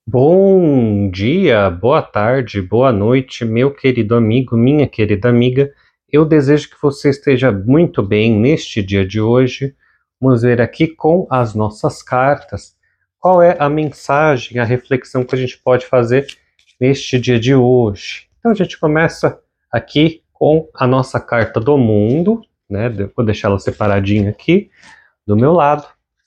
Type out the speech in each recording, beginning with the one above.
Bom dia, boa tarde, boa noite, meu querido amigo, minha querida amiga. Eu desejo que você esteja muito bem neste dia de hoje. Vamos ver aqui com as nossas cartas qual é a mensagem, a reflexão que a gente pode fazer neste dia de hoje. Então a gente começa aqui com a nossa carta do mundo, né? Vou deixar ela separadinha aqui do meu lado.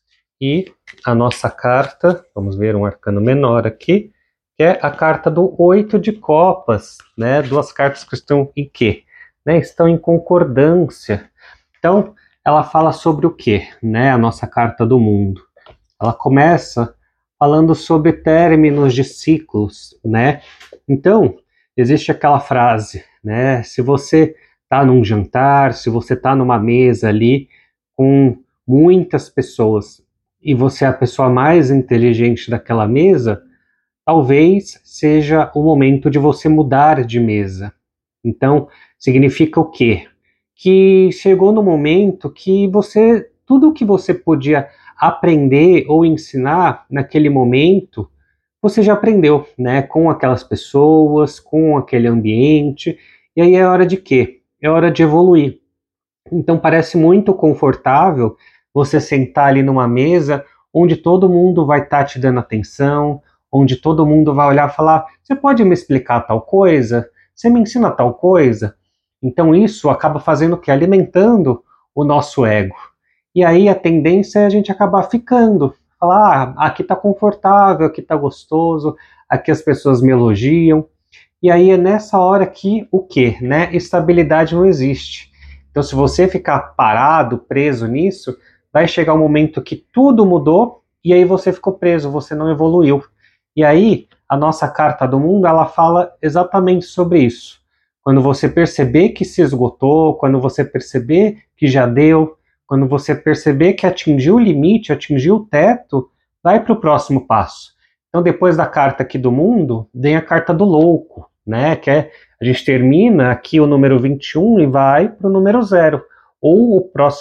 E a nossa carta, vamos ver um arcano menor aqui, que é a carta do 8 de copas, né? Duas cartas que estão em quê? Né? Estão em concordância. Então, ela fala sobre o quê? Né? A nossa carta do mundo. Ela começa falando sobre términos de ciclos, né? Então, existe aquela frase, né? Se você está num jantar, se você está numa mesa ali com muitas pessoas e você é a pessoa mais inteligente daquela mesa, talvez seja o momento de você mudar de mesa. Então, significa o quê? Que chegou no momento que tudo o que você podia aprender ou ensinar naquele momento, você já aprendeu, né? Com aquelas pessoas, com aquele ambiente, e aí é hora de quê? É hora de evoluir. Então parece muito confortável você sentar ali numa mesa onde todo mundo vai estar te dando atenção, onde todo mundo vai olhar e falar: você pode me explicar tal coisa? Você me ensina tal coisa? Então isso acaba fazendo o quê? Alimentando o nosso ego. E aí a tendência é a gente acabar ficando. Falar: aqui está confortável, aqui está gostoso, aqui as pessoas me elogiam. E aí é nessa hora que o quê? Né? Estabilidade não existe. Então, se você ficar parado, preso nisso, vai chegar um momento que tudo mudou e aí você ficou preso, você não evoluiu. E aí, a nossa carta do mundo, ela fala exatamente sobre isso. Quando você perceber que se esgotou, quando você perceber que já deu, quando você perceber que atingiu o limite, atingiu o teto, vai para o próximo passo. Então, depois da carta aqui do mundo, vem a carta do louco, né? A gente termina aqui o número 21 e vai para o número 0. Ou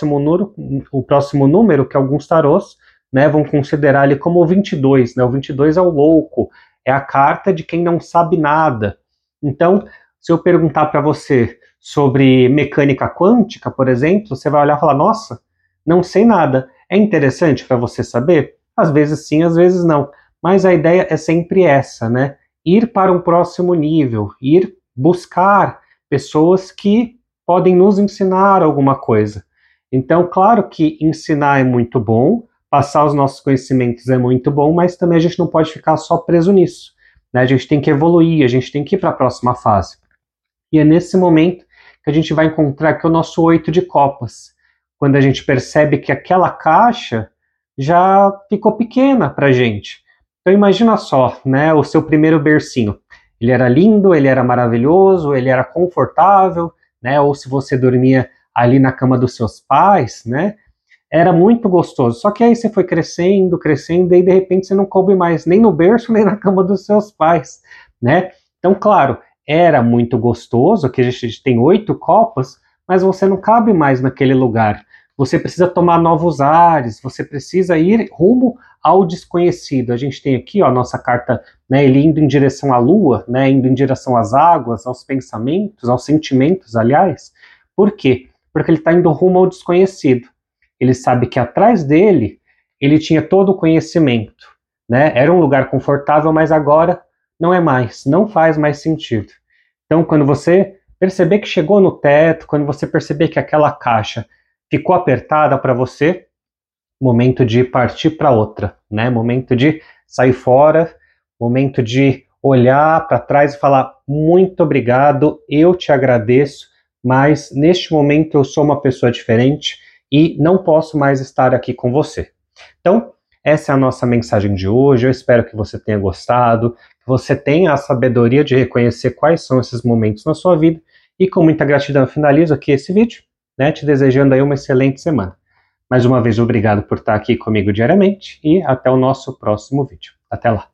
o próximo número que alguns tarôs, né, vão considerar ali como o 22. Né? O 22 é o louco, é a carta de quem não sabe nada. Então, se eu perguntar para você sobre mecânica quântica, por exemplo, você vai olhar e falar: nossa, não sei nada. É interessante para você saber? Às vezes sim, às vezes não. Mas a ideia é sempre essa, né? Ir para um próximo nível, ir buscar pessoas que podem nos ensinar alguma coisa. Então, claro que ensinar é muito bom, passar os nossos conhecimentos é muito bom, mas também a gente não pode ficar só preso nisso. Né? A gente tem que evoluir, a gente tem que ir para a próxima fase. E é nesse momento que a gente vai encontrar aqui o nosso 8 de copas, quando a gente percebe que aquela caixa já ficou pequena para a gente. Então imagina só, né, o seu primeiro bercinho. Ele era lindo, ele era maravilhoso, ele era confortável, né? Ou se você dormia ali na cama dos seus pais, né? Era muito gostoso. Só que aí você foi crescendo, crescendo, e aí de repente você não coube mais nem no berço, nem na cama dos seus pais, né? Então, claro, era muito gostoso, que a gente tem 8 copas, mas você não cabe mais naquele lugar. Você precisa tomar novos ares, você precisa ir rumo ao desconhecido. A gente tem aqui, ó, a nossa carta, né, ele indo em direção à lua, né, indo em direção às águas, aos pensamentos, aos sentimentos, aliás. Por quê? Porque ele está indo rumo ao desconhecido. Ele sabe que atrás dele, ele tinha todo o conhecimento, né? Era um lugar confortável, mas agora não é mais, não faz mais sentido. Então, quando você perceber que chegou no teto, quando você perceber que aquela caixa ficou apertada para você, momento de partir para outra, né? Momento de sair fora, momento de olhar para trás e falar: muito obrigado, eu te agradeço, mas neste momento eu sou uma pessoa diferente e não posso mais estar aqui com você. Então, essa é a nossa mensagem de hoje. Eu espero que você tenha gostado, que você tenha a sabedoria de reconhecer quais são esses momentos na sua vida. E com muita gratidão eu finalizo aqui esse vídeo, né? Te desejando aí uma excelente semana. Mais uma vez, obrigado por estar aqui comigo diariamente e até o nosso próximo vídeo. Até lá!